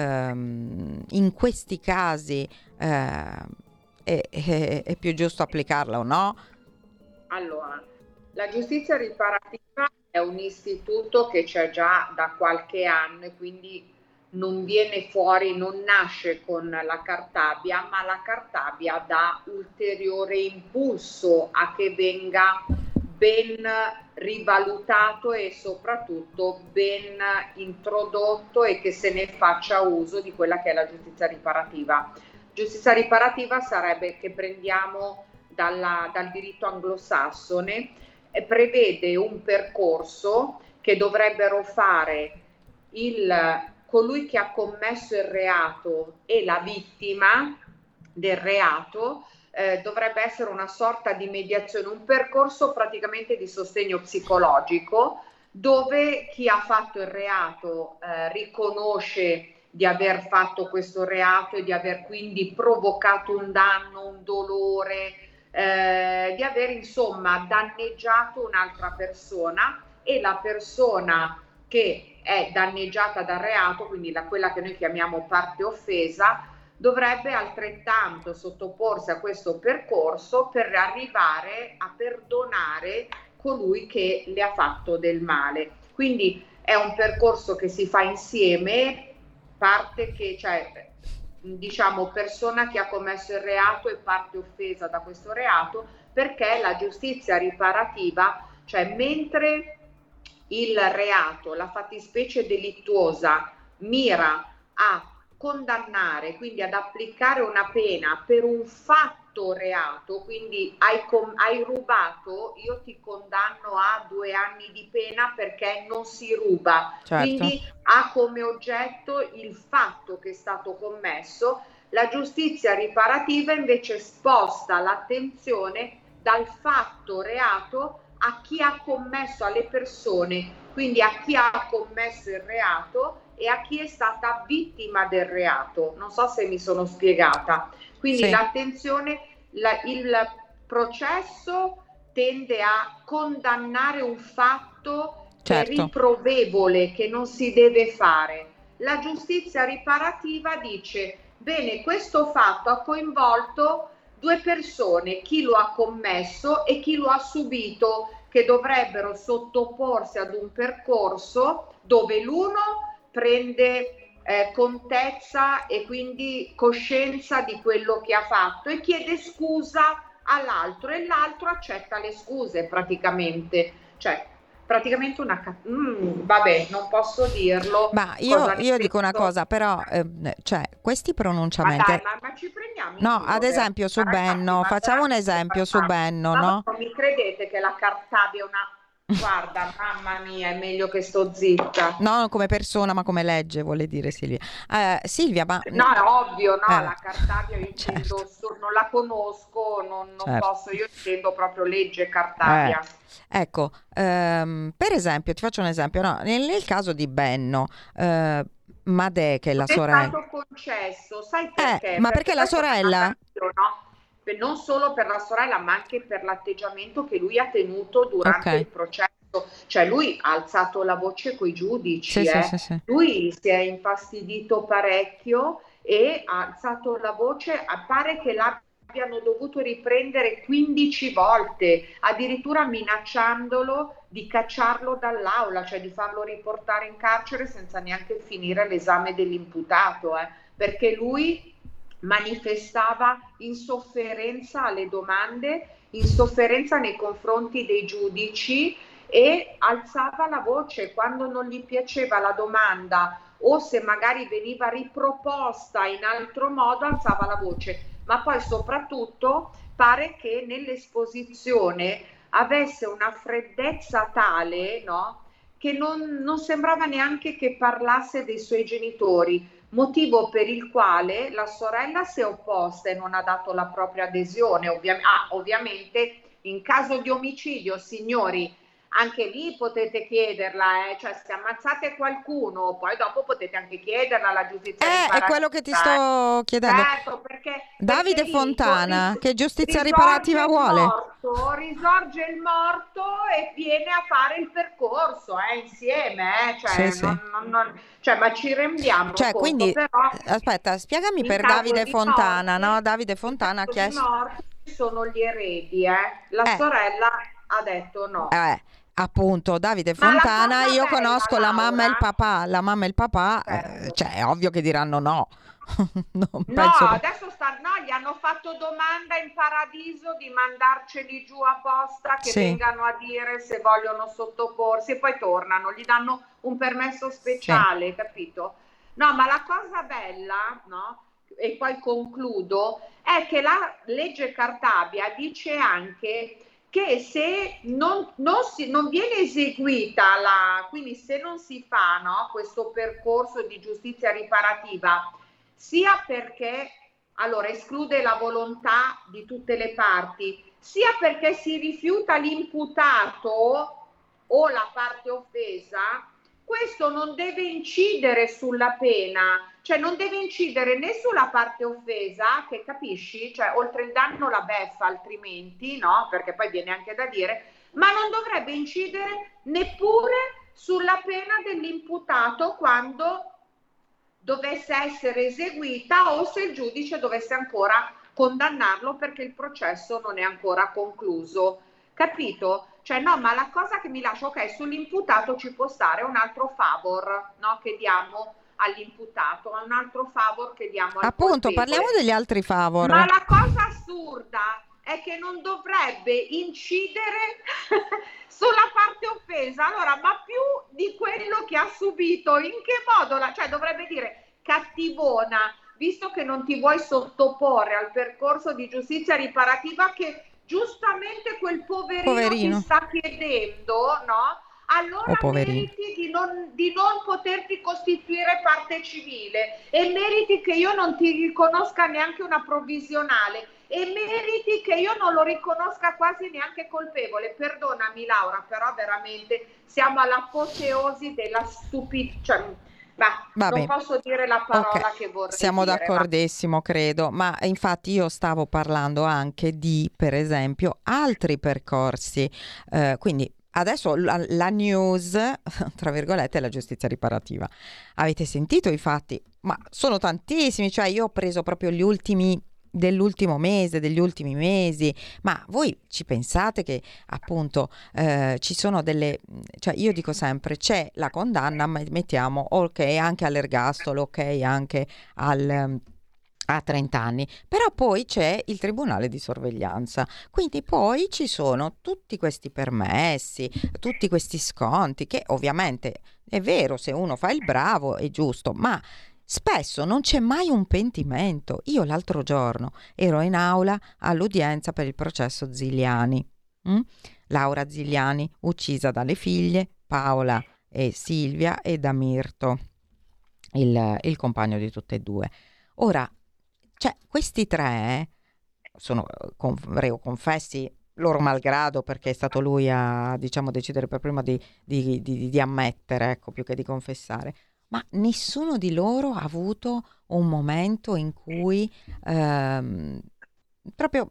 ehm, in questi casi eh, è, è, è più giusto applicarla o no? Allora, la giustizia riparativa è un istituto che c'è già da qualche anno e quindi non viene fuori, non nasce con la Cartabia, ma la Cartabia dà ulteriore impulso a che venga ben rivalutato e soprattutto ben introdotto, e che se ne faccia uso di quella che è la giustizia riparativa. Giustizia riparativa sarebbe, che prendiamo dalla, dal diritto anglosassone, e prevede un percorso che dovrebbero fare il colui che ha commesso il reato e la vittima del reato, eh, dovrebbe essere una sorta di mediazione, un percorso praticamente di sostegno psicologico, dove chi ha fatto il reato eh, riconosce di aver fatto questo reato e di aver quindi provocato un danno, un dolore, eh, di aver insomma danneggiato un'altra persona, e la persona che è danneggiata dal reato, quindi la, quella che noi chiamiamo parte offesa, dovrebbe altrettanto sottoporsi a questo percorso per arrivare a perdonare colui che le ha fatto del male. Quindi è un percorso che si fa insieme, parte che, cioè, diciamo, persona che ha commesso il reato e parte offesa da questo reato, perché la giustizia riparativa, cioè mentre il reato, la fattispecie delittuosa mira a condannare, quindi ad applicare una pena per un fatto reato, quindi hai, com- hai rubato, io ti condanno a due anni di pena perché non si ruba, Certo. quindi ha come oggetto il fatto che è stato commesso. La giustizia riparativa invece sposta l'attenzione dal fatto reato a chi ha commesso, alle persone, quindi a chi ha commesso il reato e a chi è stata vittima del reato. Non so se mi sono spiegata. Quindi Sì. l'attenzione, la, il processo tende a condannare un fatto che è Certo. riprovevole, che non si deve fare. La giustizia riparativa dice: bene, questo fatto ha coinvolto due persone, chi lo ha commesso e chi lo ha subito, che dovrebbero sottoporsi ad un percorso dove l'uno prende eh, contezza e quindi coscienza di quello che ha fatto e chiede scusa all'altro, e l'altro accetta le scuse praticamente, cioè praticamente una ca- mm, vabbè, non posso dirlo. Ma io, cosa ne io dico una penso. cosa, però, ehm, cioè, questi Ma pronunciamenti... dai, ma, ma ci prendiamo in No, giro, ad esempio su ragazzi, Benno, ma facciamo un veramente esempio su facciamo- Benno, ma no? voi non mi credete che la Cartabia è una... Guarda, mamma mia, è meglio che sto zitta. No, come persona, ma come legge, vuole dire Silvia. Eh, Silvia, ma... No, è ovvio, no, Eh, la Cartabia io certo. intendo, so- non la conosco, non, non Certo. posso, io intendo proprio legge Eh, Cartabia. ecco, ehm, per esempio, ti faccio un esempio, no? Nel, nel caso di Benno, eh, Madè, che è la Non è sorella... stato concesso, sai Eh, perché? ma perché la questo è un sorella... esempio, no? Per- non solo per la sorella, ma anche per l'atteggiamento che lui ha tenuto durante Ok. il processo. Cioè lui ha alzato la voce coi giudici, Sì, sì, eh. sì, sì. Lui si è infastidito parecchio e ha alzato la voce, pare che l'abbiano dovuto riprendere quindici volte, addirittura minacciandolo di cacciarlo dall'aula, cioè di farlo riportare in carcere senza neanche finire l'esame dell'imputato, eh, perché lui manifestava insofferenza alle domande, insofferenza nei confronti dei giudici, e alzava la voce quando non gli piaceva la domanda o se magari veniva riproposta in altro modo, alzava la voce. Ma poi soprattutto pare che nell'esposizione avesse una freddezza tale, no, che non, non sembrava neanche che parlasse dei suoi genitori, motivo per il quale la sorella si è opposta e non ha dato la propria adesione. Ovvia- ah, ovviamente in caso di omicidio, signori, anche lì potete chiederla, eh? Cioè se ammazzate qualcuno, poi dopo potete anche chiederla alla giustizia Eh, è riparativa. quello che ti eh. sto chiedendo. Certo, perché, Davide perché lì Fontana, ris- che giustizia risorge riparativa il vuole? morto, risorge il morto e viene a fare il percorso, eh, insieme, eh? Cioè, Sì, sì. non, non- non- cioè, ma ci rendiamo Cioè, conto, quindi, però aspetta, spiegami in per caso Davide di Fontana, morte- no? Davide in Fontana ha caso di chiesto... morte ci sono gli eredi, eh? La Eh. sorella ha detto no. Eh, appunto, Davide Ma la Fontana, cosa io bella, conosco la mamma e il Laura- papà, la mamma e il papà, eh, Certo. cioè è ovvio che diranno no. Non No, penso che- adesso sta, no, gli hanno fatto domanda in paradiso di mandarceli giù apposta che Sì. vengano a dire se vogliono sottoporsi e poi tornano, gli danno un permesso speciale, capito? No, ma la cosa bella, no? E poi concludo, è che la legge Cartabia dice anche che se non, non, si, non viene eseguita, la, quindi se non si fa, no, questo percorso di giustizia riparativa, sia perché allora esclude la volontà di tutte le parti, sia perché si rifiuta l'imputato o la parte offesa, questo non deve incidere sulla pena, cioè non deve incidere né sulla parte offesa, che capisci, cioè oltre il danno la beffa altrimenti, no? Perché poi viene anche da dire, ma non dovrebbe incidere neppure sulla pena dell'imputato quando dovesse essere eseguita o se il giudice dovesse ancora condannarlo perché il processo non è ancora concluso. Capito? Cioè no, ma la cosa che mi lascia, ok, sull'imputato ci può stare un altro favor, no, che diamo all'imputato, un altro favor che diamo al Appunto, colpevole. parliamo degli altri favor. Ma la cosa assurda è che non dovrebbe incidere sulla parte offesa. Allora, ma più di quello che ha subito, in che modo? La, cioè dovrebbe dire cattivona, visto che non ti vuoi sottoporre al percorso di giustizia riparativa che giustamente quel poverino, Poverino. ti sta chiedendo, no? Allora Oh, poverino. meriti di non, di non poterti costituire parte civile e meriti che io non ti riconosca neanche una provvisionale e meriti che io non lo riconosca quasi neanche colpevole. Perdonami Laura, però veramente siamo all'apoteosi della stupidità, cioè, bah, Vabbè. non posso dire la parola Ok, che vorrei siamo dire. d'accordissimo, credo, ma infatti io stavo parlando anche di, per esempio, altri percorsi, eh, quindi adesso la, la news, tra virgolette, è la giustizia riparativa. Avete sentito i fatti? Ma sono tantissimi, cioè io ho preso proprio gli ultimi dell'ultimo mese, degli ultimi mesi, ma voi ci pensate che appunto eh, ci sono delle, cioè io dico sempre c'è la condanna, ma mettiamo ok anche all'ergastolo, ok anche al a trenta anni, però poi c'è il tribunale di sorveglianza, quindi poi ci sono tutti questi permessi, tutti questi sconti che ovviamente è vero, se uno fa il bravo è giusto, ma spesso non c'è mai un pentimento. Io l'altro giorno ero in aula all'udienza per il processo Zigliani, mm? Laura Zigliani uccisa dalle figlie Paola e Silvia e da Mirto, il, il compagno di tutte e due. Ora, cioè, questi tre sono con, reo confessi loro malgrado, perché è stato lui a, diciamo, decidere per prima di, di, di, di ammettere, ecco, più che di confessare. Ma nessuno di loro ha avuto un momento in cui ehm, proprio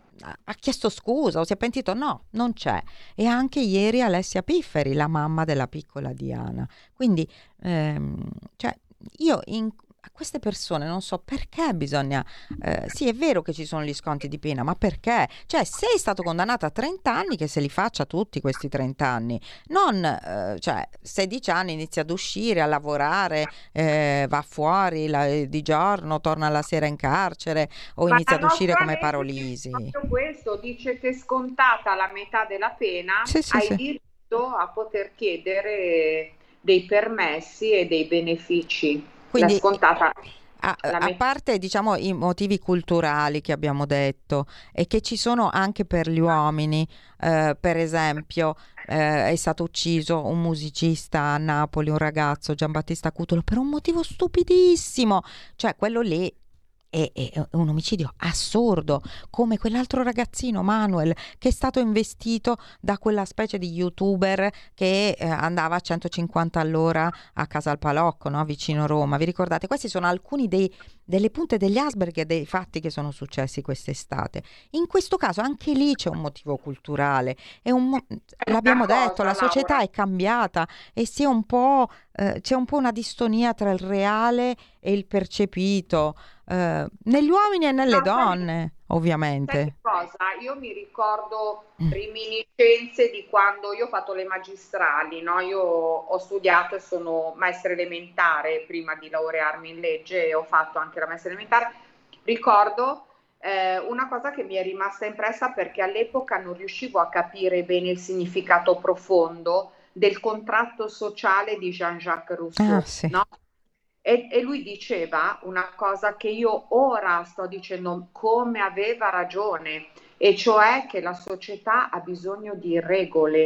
ha chiesto scusa o si è pentito. No, non c'è. E anche ieri Alessia Pifferi, la mamma della piccola Diana. Quindi, ehm, cioè, io in a queste persone non so perché bisogna, eh, sì è vero che ci sono gli sconti di pena, ma perché? Cioè se è stato condannato a trenta anni che se li faccia tutti questi trenta anni, non eh, cioè sedici anni inizia ad uscire, a lavorare, eh, va fuori la, di giorno, torna la sera in carcere o Ma inizia ad la uscire nostra come legge Parolisi. dice proprio questo, dice che scontata la metà della pena Sì, sì, hai sì. diritto a poter chiedere dei permessi e dei benefici. Quindi la scontata a, la a met- parte diciamo i motivi culturali che abbiamo detto e che ci sono anche per gli uomini, eh, per esempio eh, è stato ucciso un musicista a Napoli, un ragazzo, Giambattista Cutolo, per un motivo stupidissimo, cioè quello lì è, è un omicidio assurdo, come quell'altro ragazzino Manuel che è stato investito da quella specie di youtuber che eh, andava a centocinquanta all'ora a Casalpalocco, no? Vicino Roma. Vi ricordate? Questi sono alcuni dei, delle punte degli iceberg e dei fatti che sono successi quest'estate. In questo caso anche lì c'è un motivo culturale, è un mo- l'abbiamo Una cosa, detto, la società Laura. è cambiata e si è un po', eh, c'è un po' una distonia tra il reale e il percepito, eh, negli uomini e nelle No, sai- donne, Sai che ovviamente. cosa? Io mi ricordo reminiscenze di quando io ho fatto le magistrali, no? Io ho studiato e sono maestra elementare prima di laurearmi in legge e ho fatto anche la maestra elementare. Ricordo eh, una cosa che mi è rimasta impressa perché all'epoca non riuscivo a capire bene il significato profondo del contratto sociale di Jean-Jacques Rousseau, Ah, sì. no? E, e lui diceva una cosa che io ora sto dicendo come aveva ragione, e cioè che la società ha bisogno di regole,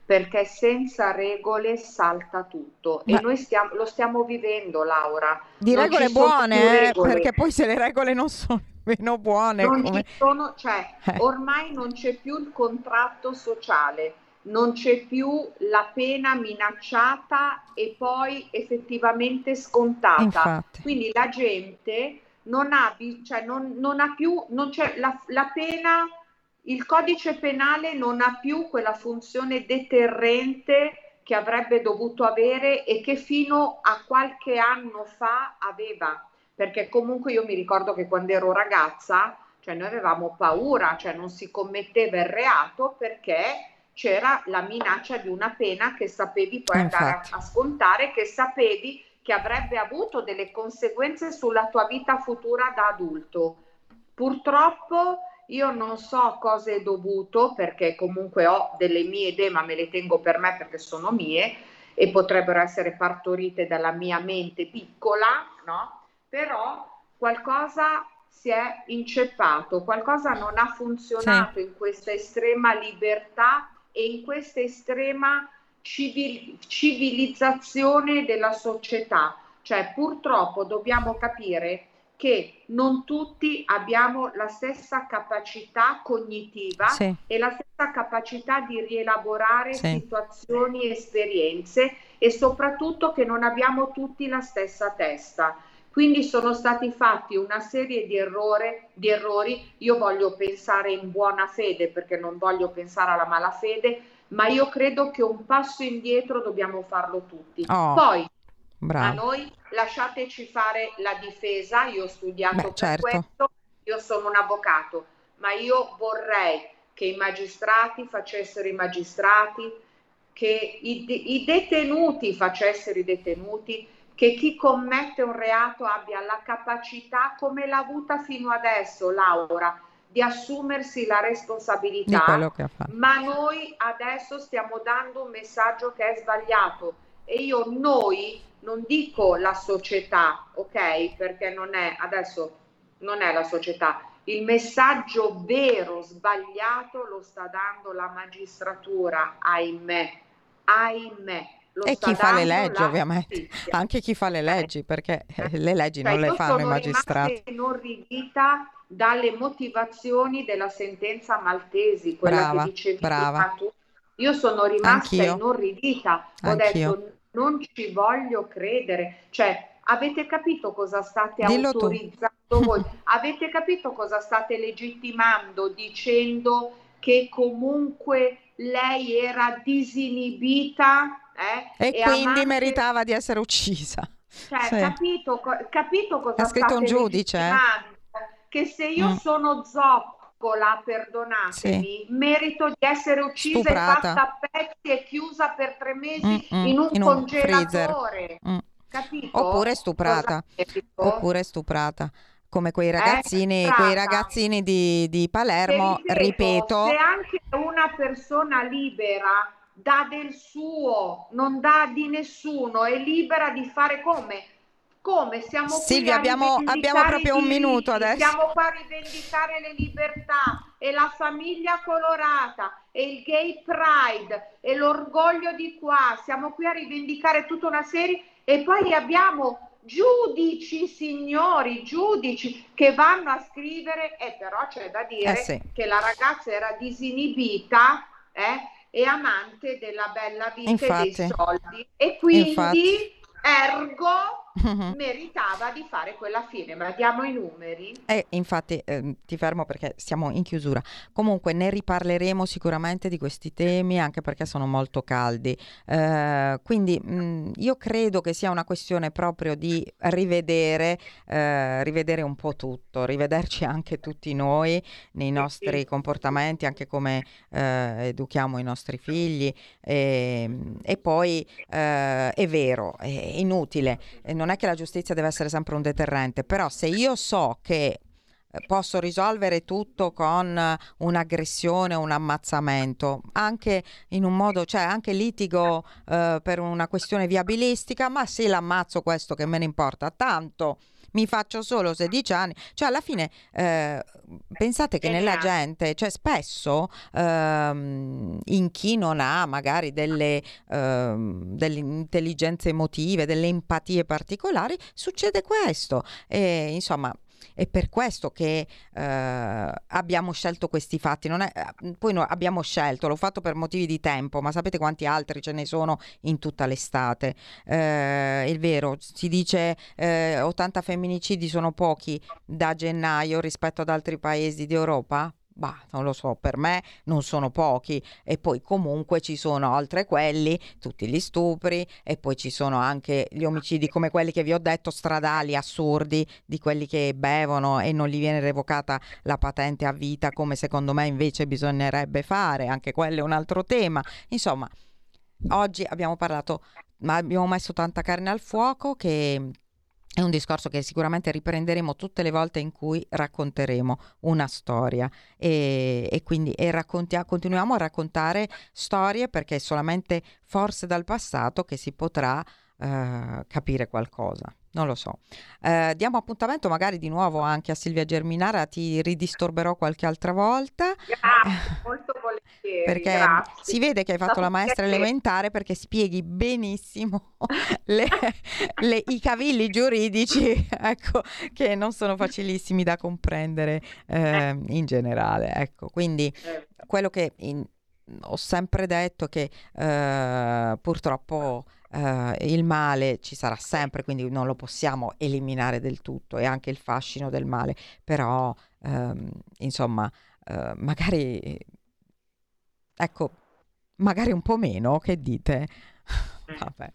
perché senza regole salta tutto. Ma... e noi stiamo, lo stiamo vivendo, Laura. Di non regole buone, eh, regole. Perché poi se le regole non sono meno buone... Non come... ci sono, cioè, eh. ormai non c'è più il contratto sociale, non c'è più la pena minacciata e poi effettivamente scontata. Infatti. Quindi la gente non ha, cioè non, non ha più, non c'è la, la pena, il codice penale non ha più quella funzione deterrente che avrebbe dovuto avere e che fino a qualche anno fa aveva. Perché comunque io mi ricordo che quando ero ragazza, cioè noi avevamo paura, cioè non si commetteva il reato perché c'era la minaccia di una pena che sapevi poi andare a, a scontare, che sapevi che avrebbe avuto delle conseguenze sulla tua vita futura da adulto. Purtroppo io non so cosa è dovuto, perché comunque ho delle mie idee, ma me le tengo per me perché sono mie e potrebbero essere partorite dalla mia mente piccola, no? Però qualcosa si è inceppato, qualcosa non ha funzionato, sì, in questa estrema libertà e in questa estrema civil- civilizzazione della società. Cioè purtroppo dobbiamo capire che non tutti abbiamo la stessa capacità cognitiva, sì, e la stessa capacità di rielaborare, sì, situazioni e esperienze, e soprattutto che non abbiamo tutti la stessa testa. Quindi sono stati fatti una serie di, errore, di errori, io voglio pensare in buona fede perché non voglio pensare alla malafede, ma io credo che un passo indietro dobbiamo farlo tutti. Oh, Poi bravo. A noi lasciateci fare la difesa, io ho studiato Beh, per certo. questo, io sono un avvocato, ma io vorrei che i magistrati facessero i magistrati, che i, i detenuti facessero i detenuti, che chi commette un reato abbia la capacità, come l'ha avuta fino adesso Laura, di assumersi la responsabilità, di quello che ha fatto. Ma noi adesso stiamo dando un messaggio che è sbagliato, e io noi, non dico la società, ok? Perché non è, adesso non è la società, il messaggio vero, sbagliato lo sta dando la magistratura, ahimè, ahimè. Lo e chi fa le leggi ovviamente, giustizia. Anche chi fa le leggi, perché eh. le leggi cioè, non le fanno i magistrati. Io sono inorridita dalle motivazioni della sentenza Maltesi, quella brava, che dicevi brava. Tu. Io sono rimasta Anch'io. inorridita, ho Anch'io. detto non ci voglio credere, cioè avete capito cosa state Dillo autorizzando tu. voi? Avete capito cosa state legittimando dicendo che comunque lei era disinibita? Eh? E, e quindi amante... meritava di essere uccisa. Cioè, sì. capito, capito cosa ha scritto un giudice? Eh? Che se io mm. sono zoccola, perdonatemi, sì. merito di essere uccisa Stuprata. e fatta a pezzi e chiusa per tre mesi Mm-mm. in un in congelatore. Un mm. Capito? Oppure stuprata. Oppure stuprata. Come quei ragazzini, eh, quei ragazzini di, di Palermo, ripeto, ripeto. Se anche una persona libera dà del suo, non dà di nessuno, è libera di fare come? Come? Siamo Silvia, qui abbiamo, abbiamo proprio un minuto adesso. Siamo qua a rivendicare le libertà e la famiglia colorata e il gay pride e l'orgoglio di qua. Siamo qui a rivendicare tutta una serie e poi abbiamo giudici, signori, giudici che vanno a scrivere, e eh, però c'è da dire eh sì. che la ragazza era disinibita, eh, e amante della bella vita Infatti. e dei soldi, e quindi Infatti. ergo meritava di fare quella fine. Ma diamo i numeri. Eh, infatti eh, ti fermo perché siamo in chiusura. Comunque ne riparleremo sicuramente di questi temi, anche perché sono molto caldi. Eh, quindi mh, io credo che sia una questione proprio di rivedere, eh, rivedere un po' tutto, rivederci anche tutti noi nei nostri comportamenti, anche come eh, educhiamo i nostri figli. E, e poi eh, è vero, è inutile. Non Non è che la giustizia deve essere sempre un deterrente, però se io so che posso risolvere tutto con un'aggressione, un ammazzamento, anche in un modo, cioè anche litigo eh, per una questione viabilistica, ma se l'ammazzo questo che me ne importa, tanto mi faccio solo sedici anni, cioè alla fine eh, pensate che nella gente, cioè spesso ehm, in chi non ha magari delle, ehm, delle intelligenze emotive, delle empatie particolari, succede questo, e insomma è per questo che eh, abbiamo scelto questi fatti. Non è, poi no, abbiamo scelto, l'ho fatto per motivi di tempo, ma sapete quanti altri ce ne sono in tutta l'estate? Eh, è vero, si dice eh, ottanta femminicidi sono pochi da gennaio rispetto ad altri paesi d'Europa? Bah, non lo so, per me non sono pochi, e poi comunque ci sono oltre quelli tutti gli stupri, e poi ci sono anche gli omicidi come quelli che vi ho detto, stradali, assurdi, di quelli che bevono e non gli viene revocata la patente a vita, come secondo me invece bisognerebbe fare. Anche quello è un altro tema. Insomma, oggi abbiamo parlato, ma abbiamo messo tanta carne al fuoco, che è un discorso che sicuramente riprenderemo tutte le volte in cui racconteremo una storia, e, e quindi e raccontia, continuiamo a raccontare storie, perché è solamente forse dal passato che si potrà uh, capire qualcosa. Non lo so. Uh, diamo appuntamento magari di nuovo anche a Silvia Germinara, ti ridisturberò qualche altra volta. Grazie, molto volentieri. Perché grazie. Si vede che hai fatto la maestra elementare, perché spieghi benissimo le, le, i cavilli giuridici, ecco, che non sono facilissimi da comprendere eh, in generale. Ecco, quindi quello che in, ho sempre detto, che eh, purtroppo Uh, il male ci sarà sempre, quindi non lo possiamo eliminare del tutto, e anche il fascino del male, però um, insomma uh, magari ecco magari un po' meno, che dite? Vabbè.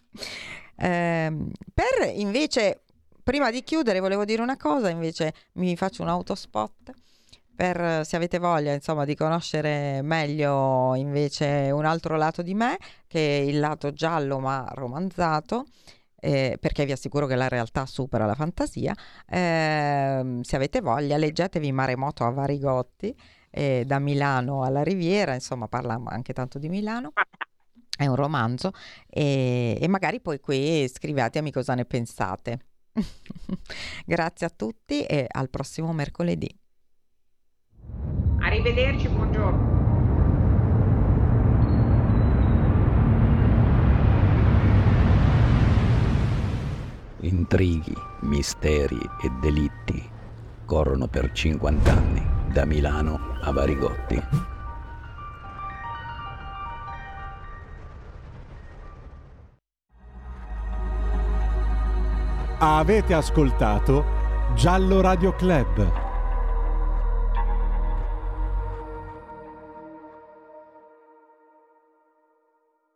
Um, per invece, prima di chiudere, volevo dire una cosa, invece mi faccio un autospot per, se avete voglia, insomma, di conoscere meglio invece un altro lato di me, che è il lato giallo ma romanzato, eh, perché vi assicuro che la realtà supera la fantasia. Eh, se avete voglia, leggetevi Maremoto a Varigotti, eh, da Milano alla Riviera, insomma parla anche tanto di Milano. È un romanzo, e, e magari poi qui scrivetemi cosa ne pensate. Grazie a tutti e al prossimo mercoledì. Arrivederci, buongiorno. Intrighi, misteri e delitti corrono per cinquanta anni da Milano a Varigotti. Avete ascoltato Giallo Radio Club.